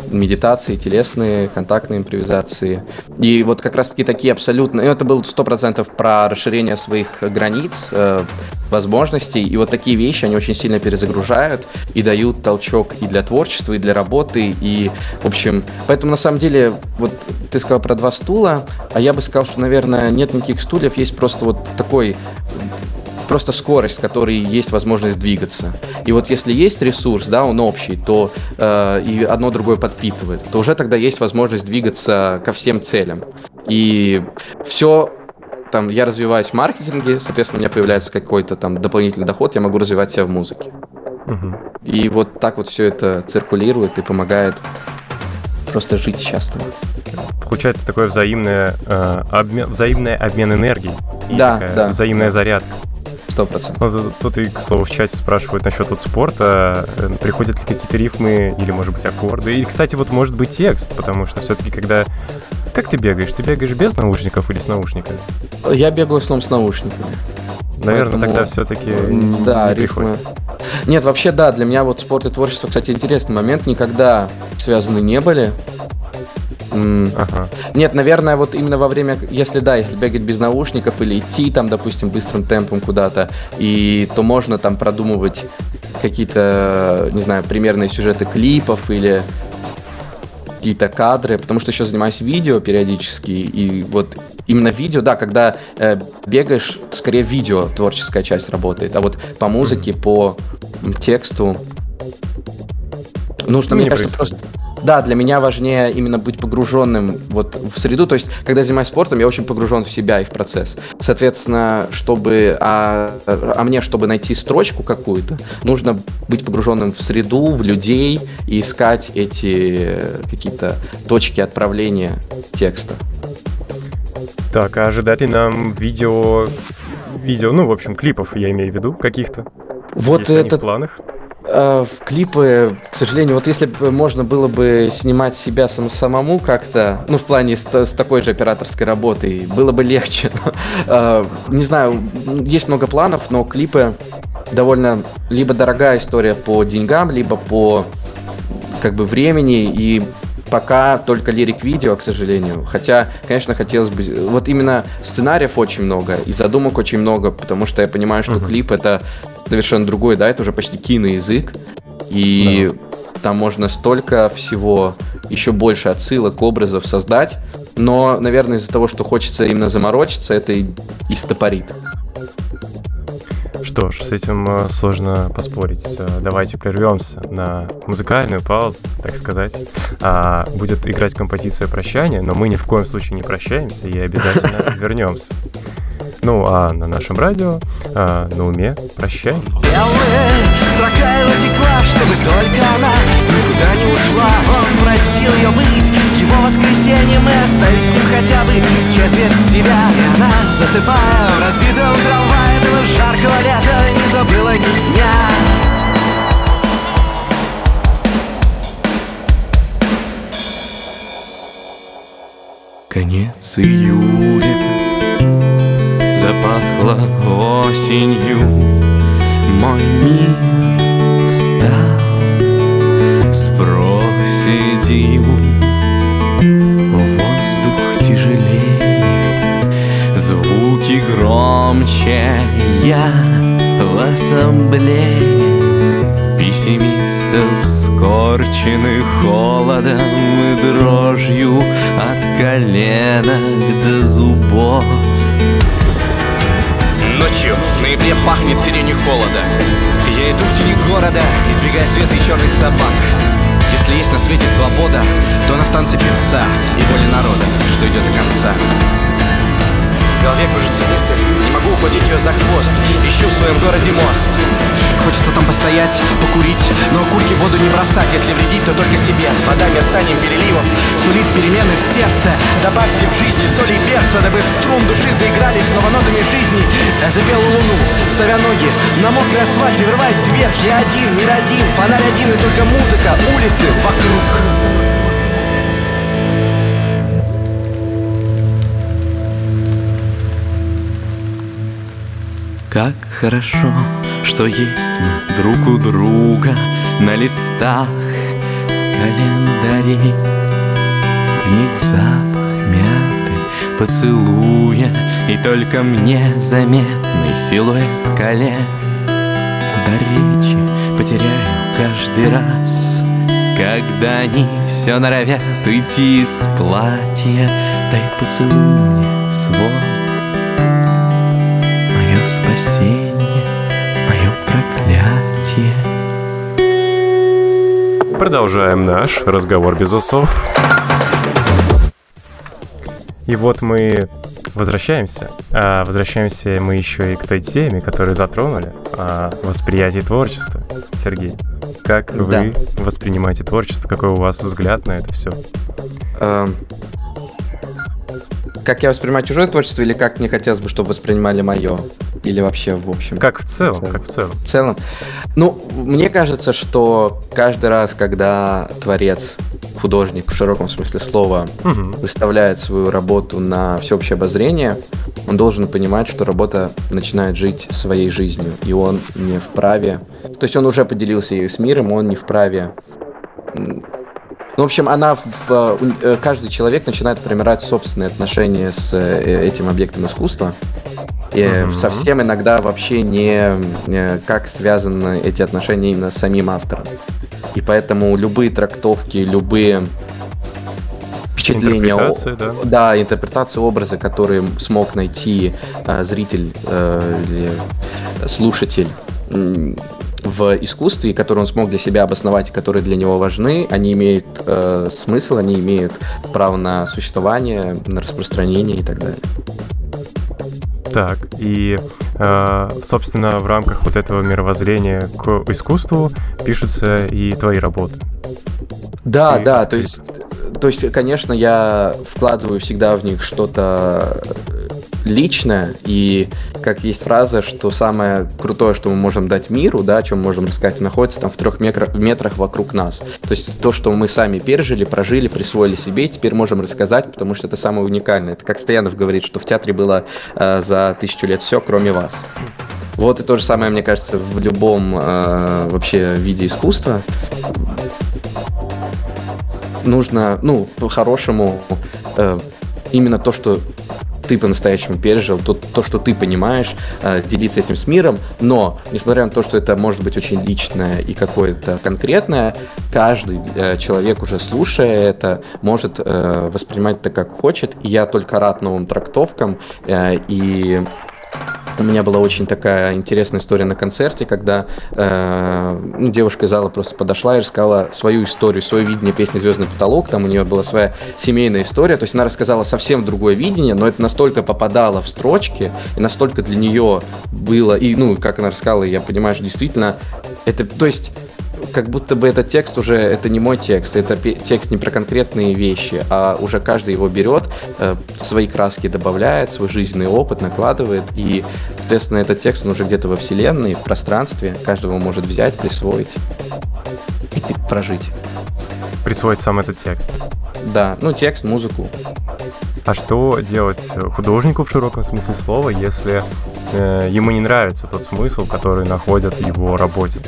медитации, телесные, контактные импровизации. И вот как раз-таки такие абсолютно... Это было 100% про расширение своих границ, возможностей. И вот такие вещи, они очень сильно перезагружают и дают толчок и для творчества, и для работы. И, в общем, поэтому на самом деле, вот ты сказал про 2 стула, а я бы сказал, что, наверное, нет никаких стульев, есть просто вот такой... Просто скорость, с которой есть возможность двигаться. И вот если есть ресурс, да, он общий, то и одно другое подпитывает, то уже тогда есть возможность двигаться ко всем целям. И все, там, я развиваюсь в маркетинге, соответственно, у меня появляется какой-то там дополнительный доход, я могу развивать себя в музыке. И вот так вот все это циркулирует и помогает просто жить счастливо. Получается такой взаимный обмен энергией. И да. Взаимная зарядка. 100%. Ну, тут и, к слову, в чате спрашивают насчет вот спорта, приходят ли какие-то рифмы или, может быть, аккорды. И, кстати, вот может быть текст, потому что все-таки когда... Как ты бегаешь? Ты бегаешь без наушников или с наушниками? Я бегаю в основном с наушниками. Наверное, тогда все-таки да, не рифмы. приходит. Нет, вообще, да, для меня вот спорт и творчество, кстати, интересный момент, никогда связаны не были. Ага. Нет, наверное, вот именно во время, если бегать без наушников или идти там, допустим, быстрым темпом куда-то, то можно там продумывать какие-то, не знаю, примерные сюжеты клипов или какие-то кадры, потому что еще занимаюсь видео периодически, и вот именно видео, да, когда бегаешь, скорее видео творческая часть работает, а вот по музыке, по тексту нужно, мне кажется, просто... Да, для меня важнее именно быть погруженным вот в среду. То есть, когда я занимаюсь спортом, я очень погружен в себя и в процесс. Соответственно, чтобы найти строчку какую-то, нужно быть погруженным в среду, в людей и искать эти какие-то точки отправления текста. Так, а ожидать ли нам видео, ну, в общем, клипов, я имею в виду, каких-то? Вот если они в планах? В клипы, к сожалению, вот если бы можно было бы снимать себя самому как-то, ну, в плане с такой же операторской работой, было бы легче. Не знаю, есть много планов, но клипы довольно либо дорогая история по деньгам, либо по как бы времени, и пока только лирик-видео, к сожалению. Хотя, конечно, хотелось бы... Вот именно сценариев очень много, и задумок очень много, потому что я понимаю, что клип — это совершенно другой, да, это уже почти киноязык, и там можно столько всего, еще больше отсылок, образов создать, но, наверное, из-за того, что хочется именно заморочиться, это и стопорит. Что ж, с этим сложно поспорить. Давайте прервемся на музыкальную паузу, так сказать. Будет играть композиция «Прощание», но мы ни в коем случае не прощаемся и обязательно вернемся. Ну, а на нашем радио на уме «Прощай». Строка его текла, чтобы только она никуда не ушла. Он просил ее быть его воскресеньем, и оставить с ним хотя бы четверть себя. И она, засыпая в разбитом трамвае этого жаркого лета, не забыла ни дня. Конец июля, запахло осенью, мой мир стал с проседью. Воздух тяжелее, звуки громче, я в ассамблее пессимистов, скорченных холодом и дрожью от коленок до зубов. Ночью в ноябре пахнет сиренью холода. Я иду в тени города, избегая света и черных собак. Если есть на свете свобода, то она в танце певца и воле народа, что идет до конца. В голове кружится мысль, не могу ухватить ее за хвост. Ищу в своем городе мост. Хочется там постоять, покурить, но окурки в воду не бросать. Если вредить, то только себе. Вода мерцанием переливов сулит перемены в сердце. Добавьте в жизни соли и перца, дабы в струн души заиграли снова нотами жизни. Я запел луну, ставя ноги на мокрый асфальт, вырываясь вверх. Я один, мир один, фонарь один, и только музыка, улицы вокруг. Как хорошо, что есть мы друг у друга на листах календарей. В них запах мяты, поцелуя, и только мне заметный силуэт колен. До речи потеряю каждый раз, когда они все норовят уйти из платья. Дай поцелуй мне свой, мое спасение, мое проклятие. Продолжаем наш разговор без усов. И вот мы возвращаемся. Возвращаемся мы еще и к той теме, которую затронули, восприятие творчества. Сергей, как вы воспринимаете творчество? Какой у вас взгляд на это все? Как я воспринимаю чужое творчество, или как мне хотелось бы, чтобы воспринимали мое? Или вообще, в общем? Как в целом? Как в целом? В целом. Ну, мне кажется, что каждый раз, когда творец, художник, в широком смысле слова, выставляет свою работу на всеобщее обозрение, он должен понимать, что работа начинает жить своей жизнью, и он не вправе... То есть он уже поделился ею с миром, он не вправе... Ну, в общем, каждый человек начинает формировать собственные отношения с этим объектом искусства. И совсем иногда вообще не как связаны эти отношения именно с самим автором. И поэтому любые трактовки, любые впечатления, интерпретации образа, которые смог найти зритель или слушатель в искусстве, которые он смог для себя обосновать, и которые для него важны, они имеют смысл, они имеют право на существование, на распространение и так далее. Так, и, собственно, в рамках вот этого мировоззрения к искусству пишутся и твои работы. Да, то есть, конечно, я вкладываю всегда в них что-то личное, и как есть фраза, что самое крутое, что мы можем дать миру, да, о чем мы можем рассказать, находится там в 3 метрах вокруг нас. То есть то, что мы сами пережили, прожили, присвоили себе, теперь можем рассказать, потому что это самое уникальное. Это как Стоянов говорит, что в театре было за 1000 лет все, кроме вас. Вот и то же самое, мне кажется, в любом вообще виде искусства. Нужно, по-хорошему, именно то, что ты по-настоящему пережил, то, что ты понимаешь, делиться этим с миром, но, несмотря на то, что это может быть очень личное и какое-то конкретное, каждый человек, уже слушая это, может воспринимать это как хочет, и я только рад новым трактовкам, и... У меня была очень такая интересная история на концерте, когда девушка из зала просто подошла и рассказала свою историю, свое видение песни «Звездный потолок». Там у нее была своя семейная история. То есть она рассказала совсем другое видение, но это настолько попадало в строчки, и настолько для нее было... И, как она рассказала, я понимаю, что действительно... Это, то есть... Как будто бы этот текст уже, это не мой текст, это текст не про конкретные вещи, а уже каждый его берет, свои краски добавляет, свой жизненный опыт накладывает, и, соответственно, этот текст, он уже где-то во вселенной, в пространстве, каждого может взять, присвоить и прожить. Присвоить сам этот текст? Да, текст, музыку. А что делать художнику в широком смысле слова, если ему не нравится тот смысл, который находят в его работе?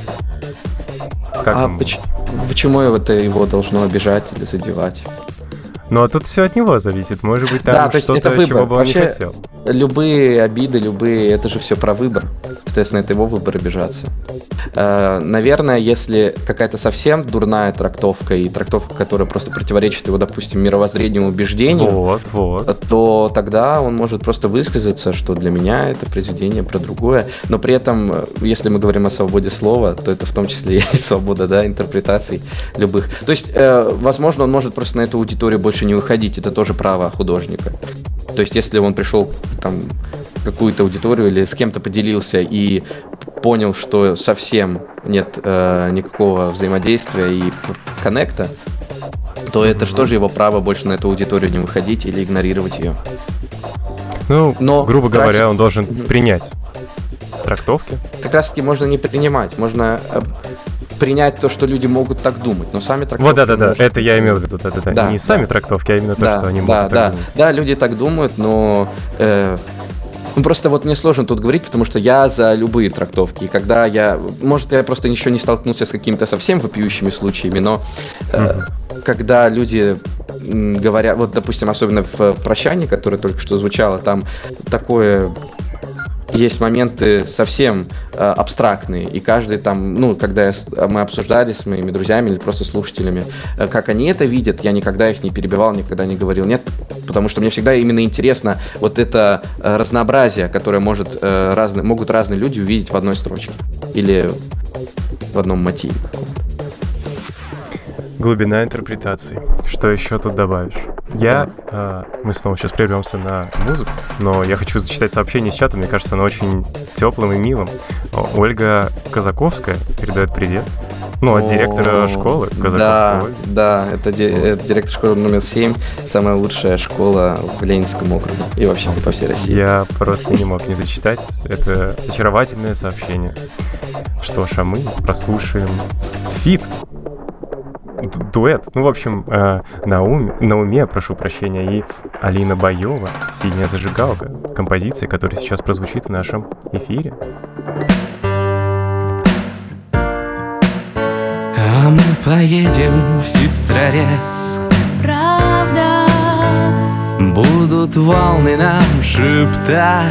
Почему это его должно обижать или задевать? Ну, а тут все от него зависит. Может быть, там что-то, чего бы он не хотел. Любые обиды, это же все про выбор. Соответственно, это его выбор обижаться. Наверное, если какая-то совсем дурная трактовка, и трактовка, которая просто противоречит его, допустим, мировоззрению, убеждению, то тогда он может просто высказаться, что для меня это произведение про другое. Но при этом, если мы говорим о свободе слова, то это в том числе и свобода, интерпретаций любых. То есть, возможно, он может просто на эту аудиторию больше не выходить. Это тоже право художника. То есть, если он пришел там какую-то аудиторию или с кем-то поделился и понял, что совсем нет никакого взаимодействия и коннекта, то это что же его право больше на эту аудиторию не выходить или игнорировать ее? Но грубо говоря, он должен принять трактовки. Как раз таки можно не принимать, можно принять то, что люди могут так думать, но сами трактовки... Вот, это я имел в виду, не сами трактовки, а именно то, что они могут так думать. Да, люди так думают, но Ну, просто вот мне сложно тут говорить, потому что я за любые трактовки. И когда может, я просто еще не столкнулся с какими-то совсем вопиющими случаями, но когда люди говорят, вот, допустим, особенно в «Прощании», которое только что звучало, там такое... Есть моменты совсем абстрактные, и каждый там, ну, когда мы обсуждали с моими друзьями или просто слушателями, как они это видят, я никогда их не перебивал, никогда не говорил нет, потому что мне всегда именно интересно вот это разнообразие, которое могут разные люди увидеть в одной строчке или в одном мотиве. Глубина интерпретации. Что еще тут добавишь? Мы снова сейчас прервемся на музыку, но я хочу зачитать сообщение из чата, мне кажется, оно очень теплым и милым. Ольга Казаковская передает привет. Ну, от директора школы Казаковской. Да, это директор школы номер 7, самая лучшая школа в Ленинском округе и вообще по всей России. Я просто не мог не зачитать. Это очаровательное сообщение. Что ж, а мы прослушаем фит. Дуэт. Ну, в общем, на уме, прошу прощения, и Алина Боева «Синяя зажигалка». Композиция, которая сейчас прозвучит в нашем эфире. А мы поедем в Сестрорецк. Правда, Будут волны нам шептать.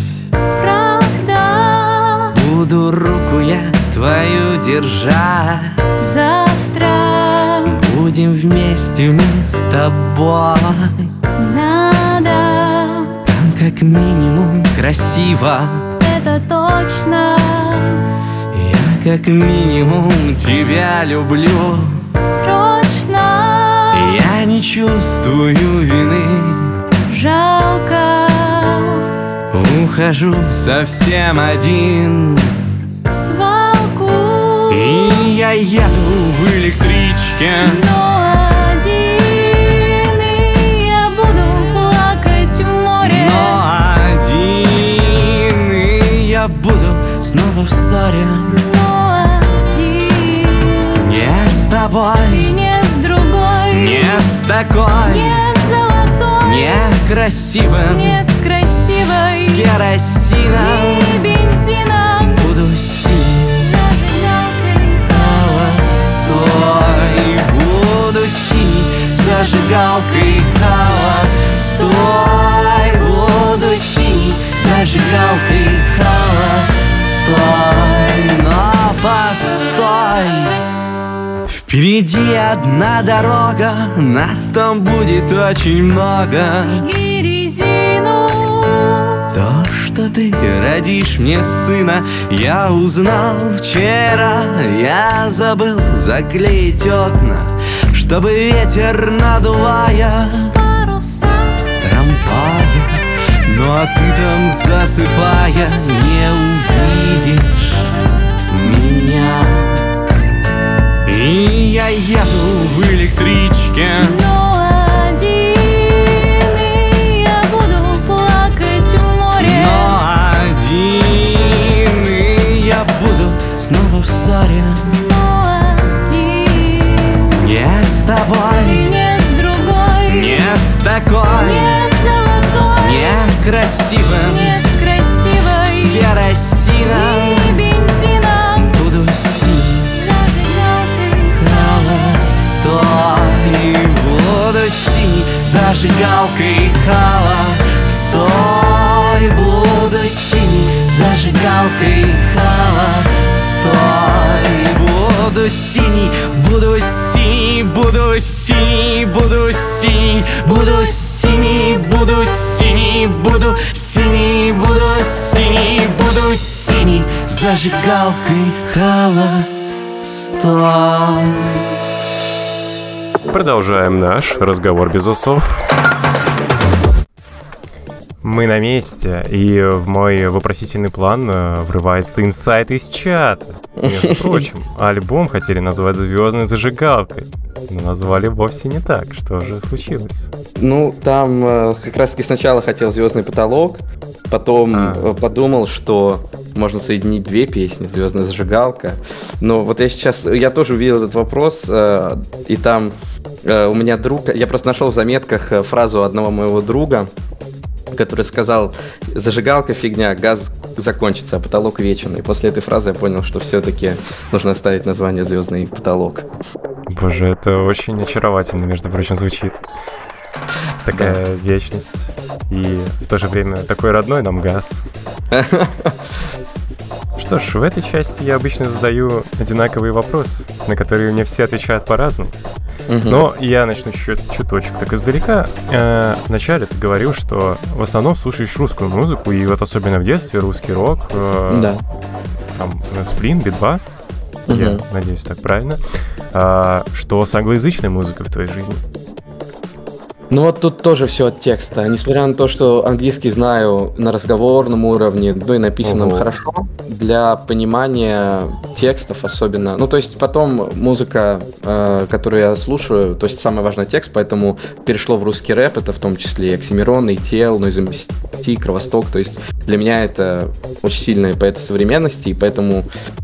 правда, Буду руку я твою держать. завтра Будем вместе мы с тобой. надо, Там как минимум красиво. это точно, Я как минимум тебя люблю. срочно, Я не чувствую вины. жалко, Ухожу совсем один. в свалку, И я еду в электричке. но один, и я буду плакать в море. Но один, и я буду снова в ссоре. Но один, Не с и тобой, не с другой, не с такой, не с золотой, не красивым, не с красивой, с керосином. и бензином, Буду синий, зажигалкой. холостой. Буду синий, зажигалкой холостой. Буду синий, зажигалкой холостой. Но постой, впереди одна дорога, нас там будет очень много. И резину, То, что ты родишь мне сына, я узнал вчера. Я забыл заклеить окна, чтобы ветер, надувая паруса, трамвая. Ну а ты там засыпая не увидишь меня. И я еду в электричке. но один, и я буду плакать в море. Но один, и я буду снова в ссоре. Но один, Не с и тобой, не с другой, не с такой, не с золотой, не красивым, не с красивой, с керосином. и бензином, Буду синий, зажигалкой. холостой. Буду синий, зажигалкой холостой. Буду синий, буду синий, буду синий, буду синий, буду синий, буду синий, буду синий, буду синий, буду синий, зажигалкой холостой. Продолжаем наш разговор без усов. Мы на месте, и в мой вопросительный план врывается инсайт из чата. Между прочим, альбом хотели назвать «Звездной зажигалкой», но назвали вовсе не так. Что же случилось? Ну, там как раз-таки сначала хотел «Звездный потолок», потом подумал, что можно соединить две песни «Звездная зажигалка». Но вот я тоже увидел этот вопрос, и там у меня друг, я просто нашел в заметках фразу одного моего друга, который сказал: зажигалка фигня, газ закончится, а потолок вечен. И после этой фразы я понял, что все-таки нужно оставить название «Звездный потолок». Боже, это очень очаровательно, между прочим, звучит. Такая вечность. И в то же время такой родной нам газ. Что ж, в этой части я обычно задаю одинаковые вопросы, на которые мне все отвечают по-разному. Но я начну чуточек так издалека. Вначале ты говорил, что в основном слушаешь русскую музыку, и вот особенно в детстве русский рок, Да. там Сплин, Би-2, я надеюсь, так правильно. Что с англоязычной музыкой в твоей жизни? Ну вот тут тоже все от текста. Несмотря на то, что английский знаю на разговорном уровне, ну и написанном хорошо, для понимания текстов особенно. Ну то есть потом музыка, которую я слушаю, то есть самый важный текст, поэтому перешло в русский рэп, это в том числе и Оксимирон, и Тел, Noise MC, Кровосток. То есть для меня это очень сильные поэты современности, и поэтому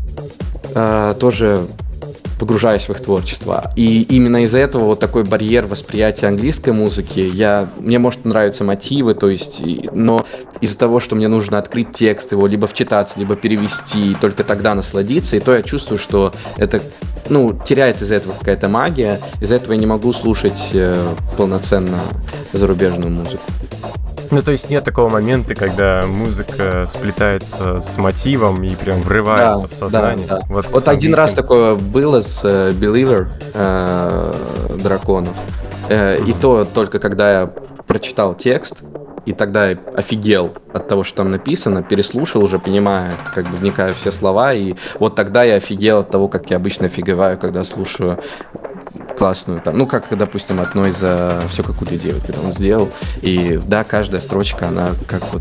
тоже погружаюсь в их творчество. И именно из-за этого вот такой барьер восприятия английской музыки. Мне, может, нравятся мотивы, то есть, но из-за того, что мне нужно открыть текст его, либо вчитаться, либо перевести, и только тогда насладиться, и то я чувствую, что это, теряется из-за этого какая-то магия, из-за этого я не могу слушать полноценно зарубежную музыку. Ну, то есть нет такого момента, когда музыка сплетается с мотивом и прям врывается в сознание. Да. Вот Вот один раз такое было с Believer Драконов. И то только когда я прочитал текст, и тогда я офигел от того, что там написано, переслушал уже, понимая, как бы вникая в все слова, и вот тогда я офигел от того, как я обычно офигеваю, когда слушаю классную, там, как, допустим, от Нойза «Все как у людей», вот, когда он сделал, и да, каждая строчка, она как вот,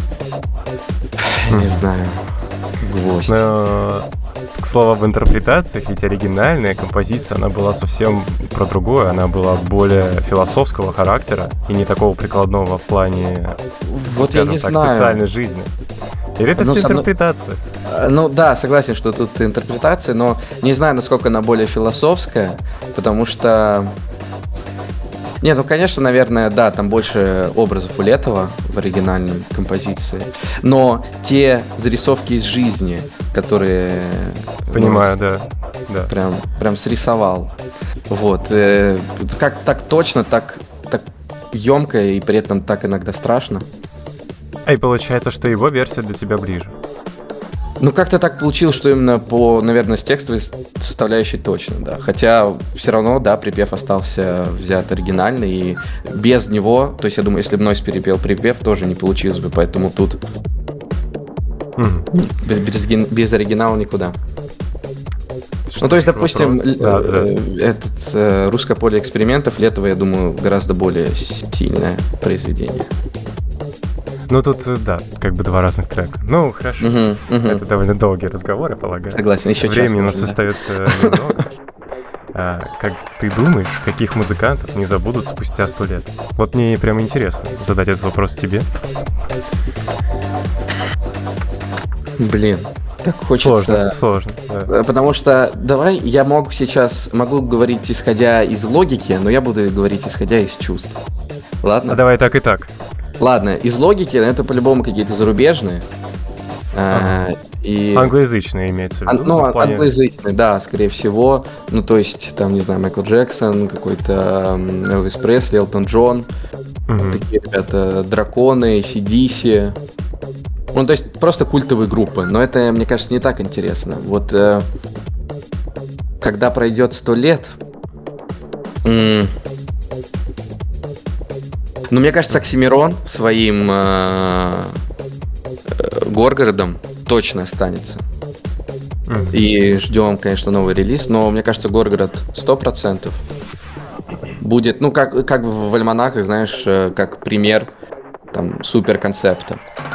не знаю, гвоздь. Но, к слову об интерпретациях, ведь оригинальная композиция, она была совсем про другое, она была более философского характера и не такого прикладного в плане, вот скажем я не так, знаю. социальной жизни. Или это все интерпретация? Ну да, согласен, что тут интерпретация, но не знаю, насколько она более философская, потому что... Не, конечно, наверное, да, там больше образов у Летова в оригинальной композиции, но те зарисовки из жизни, которые... Понимаю, да. Прям срисовал. Вот. Как так точно, так емко и при этом так иногда страшно. И получается, что его версия для тебя ближе. Как-то так получилось, что именно наверное, с текстовой составляющей точно, да. Хотя все равно, да, припев остался взят оригинальный, и без него, то есть я думаю, если бы Нойз перепел припев, тоже не получилось бы, поэтому тут без оригинала никуда. То есть, допустим, этот «Русское поле экспериментов» Летова, я думаю, гораздо более сильное произведение. Тут, да, как бы два разных трека. Хорошо. Это довольно долгий разговор, я полагаю. Согласен, еще час. Времени у нас остается немного. Как ты думаешь, каких музыкантов не забудут спустя 100 лет? Вот мне прямо интересно задать этот вопрос тебе. Блин, так хочется... Сложно. Да. Потому что давай я могу говорить исходя из логики, но я буду говорить исходя из чувств. Ладно? Давай так и так. Ладно, из логики, это по-любому какие-то зарубежные. И... Англоязычные имеется в виду? Англоязычные, да, скорее всего. То есть, там, не знаю, Майкл Джексон, какой-то Элвис Пресли, Элтон Джон. Такие ребята, Драконы, AC/DC. То есть, просто культовые группы. Но это, мне кажется, не так интересно. Вот, когда пройдет 100 лет... мне кажется, Оксимирон своим Горгородом точно останется. И ждем, конечно, новый релиз, но мне кажется, Горгород 100% будет, как в альманахах, знаешь, как пример там супер концепта.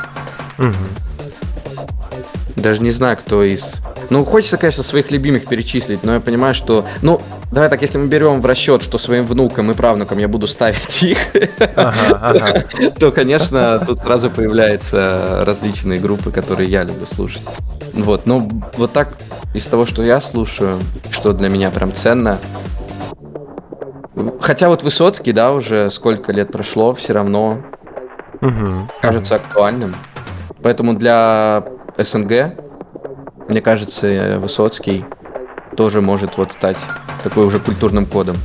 Даже не знаю, кто из... хочется, конечно, своих любимых перечислить, но я понимаю, что... давай так, если мы берем в расчет, что своим внукам и правнукам я буду ставить их, то, конечно, тут сразу появляются различные группы, которые я люблю слушать. Вот так, из того, что я слушаю, что для меня прям ценно. Хотя вот Высоцкий, да, уже сколько лет прошло, все равно Мгм. кажется актуальным. Поэтому для СНГ, мне кажется, Высоцкий тоже может вот стать такой уже культурным кодом.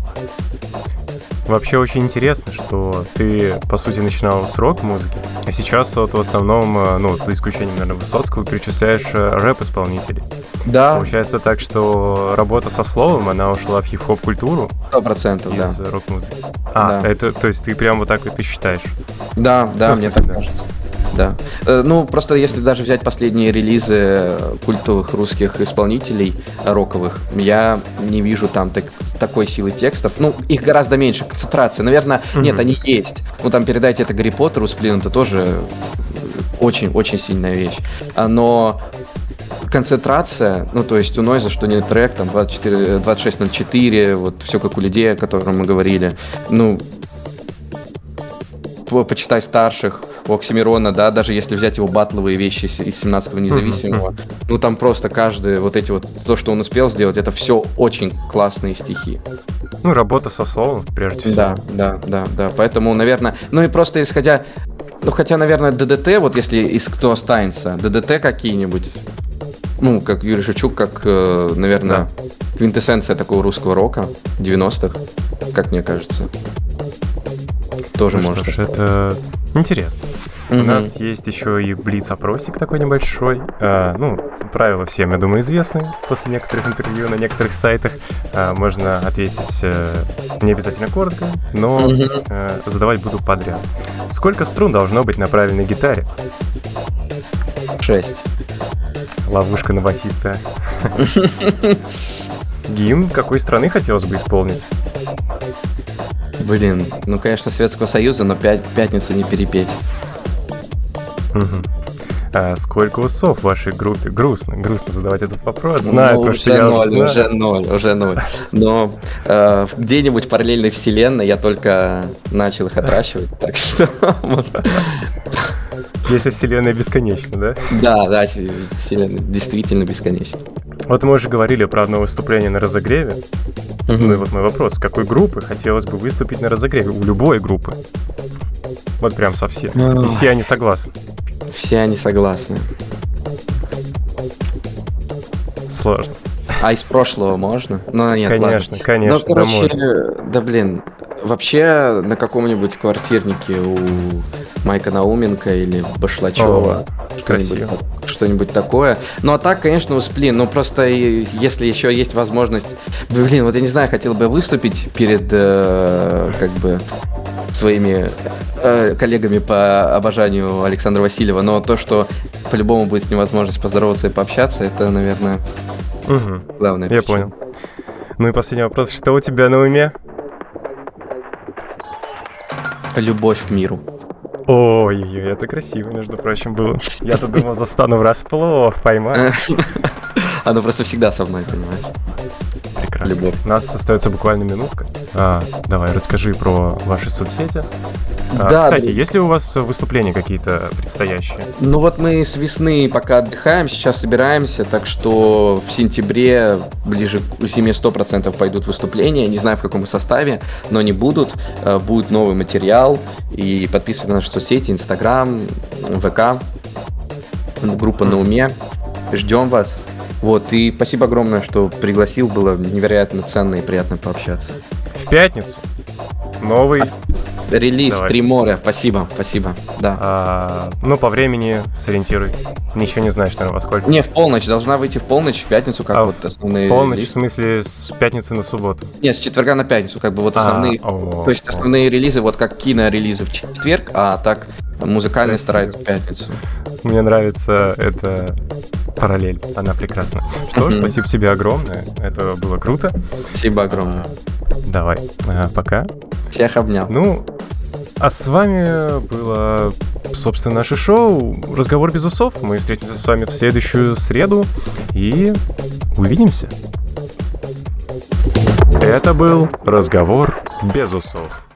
Вообще очень интересно, что ты, по сути, начинал с рок-музыки, а сейчас вот в основном, ну, за исключением, наверное, Высоцкого, перечисляешь рэп-исполнителей. Да, Получается так, что работа со словом, она ушла в хип-хоп культуру 100%, да. из рок-музыки. А, Да. это, то есть ты прям вот так вот и считаешь? Да, Ну, в мне смысле, так да. кажется. Да. Ну, просто если даже взять последние релизы культовых русских исполнителей роковых, я не вижу там такой силы текстов. Ну, их гораздо меньше, концентрация. Наверное, нет, Мгм. они есть. Ну, там передайте это Гарри Поттеру, Сплин, это тоже очень-очень сильная вещь. Но концентрация, ну, то есть у Нойза, что не трек, там 2604, вот все как у людей, о котором мы говорили. Ну, почитай старших, у Оксимирона, да, даже если взять его батловые вещи из 17-го независимого, ну там просто каждый, вот эти вот, то, что он успел сделать, это все очень классные стихи. Ну, работа со словом, прежде всего. Да, поэтому, наверное, ну и просто исходя, ну хотя, наверное, ДДТ, вот если из кто останется, ДДТ какие-нибудь, ну, как Юрий Шевчук, как, наверное, квинтэссенция такого русского рока 90-х, как мне кажется. Тоже Ну может. что ж, это интересно. У Мгм. нас есть еще и блиц-опросик такой небольшой. Ну, правила всем, я думаю, известны после некоторых интервью на некоторых сайтах. Можно ответить не обязательно коротко, но Мгм. задавать буду подряд. Сколько струн должно быть на правильной гитаре? 6. Ловушка на басиста. Гимн какой страны хотелось бы исполнить? Блин, ну, конечно, Советского Союза, но пятницу не перепеть. Мгм. Сколько усов в вашей группе? Грустно задавать этот вопрос. Знаю, Ну, потому что уже я ноль, знаю. уже ноль. Но где-нибудь в параллельной вселенной я только начал их отращивать, так что... Если вселенная бесконечна, да? Да, вселенная действительно бесконечна. Вот мы уже говорили про одно выступление на разогреве. Ну и вот мой вопрос. С какой группы хотелось бы выступить на разогреве? У любой группы. Вот прям совсем. И все они согласны. Все они согласны. Сложно. А из прошлого можно? Ну, нет, Конечно, ладно. конечно, Ну, короче, да да блин, вообще на каком-нибудь квартирнике у Майка Науменко или Башлачева красиво. что-нибудь такое. Ну, а так, конечно, у Сплин. Ну, просто если еще есть возможность... Блин, вот я не знаю, хотел бы выступить перед, как бы, своими коллегами по обожанию Александра Васильева, но то, что по-любому будет с ним возможность поздороваться и пообщаться, это, наверное, Мгм. главное. Я понял. Ну и последний вопрос. Что у тебя на уме? Любовь к миру. Ой-ой-ой, это красиво, между прочим, было. Я-то думал, застану врасплох, поймаю. Оно просто всегда со мной, понимаешь? Прекрасно. Любовь. У нас остается буквально минутка. Давай, расскажи про ваши соцсети. Да, Кстати, да. есть ли у вас выступления какие-то предстоящие? Ну вот мы с весны пока отдыхаем, сейчас собираемся, так что в сентябре, ближе к зиме 100% пойдут выступления, не знаю в каком составе, но они будут, будет новый материал, и подписывайтесь на наши соцсети, Инстаграм, ВК, группа «На уме», ждем вас. Вот, и спасибо огромное, что пригласил, было невероятно ценно и приятно пообщаться. В пятницу новый, Релиз Давай. «Три моря», спасибо, да. ну, по времени сориентируй. Ничего не знаешь, наверное, во сколько. Не, в полночь, должна выйти в полночь, в пятницу, как А вот основные Полночь, в релизы. смысле, с пятницы на субботу. Нет, с четверга на пятницу, как бы вот основные, то есть основные релизы, вот как кинорелизы в четверг, а так музыкальные Красиво. стараются в пятницу. Мне нравится эта параллель, она прекрасна. Что ж, Мгм. спасибо тебе огромное, это было круто. Спасибо огромное. Давай, пока. Всех обнял. Ну, а с вами было, собственно, наше шоу «Разговор без усов». Мы встретимся с вами в следующую среду и увидимся. Это был «Разговор без усов».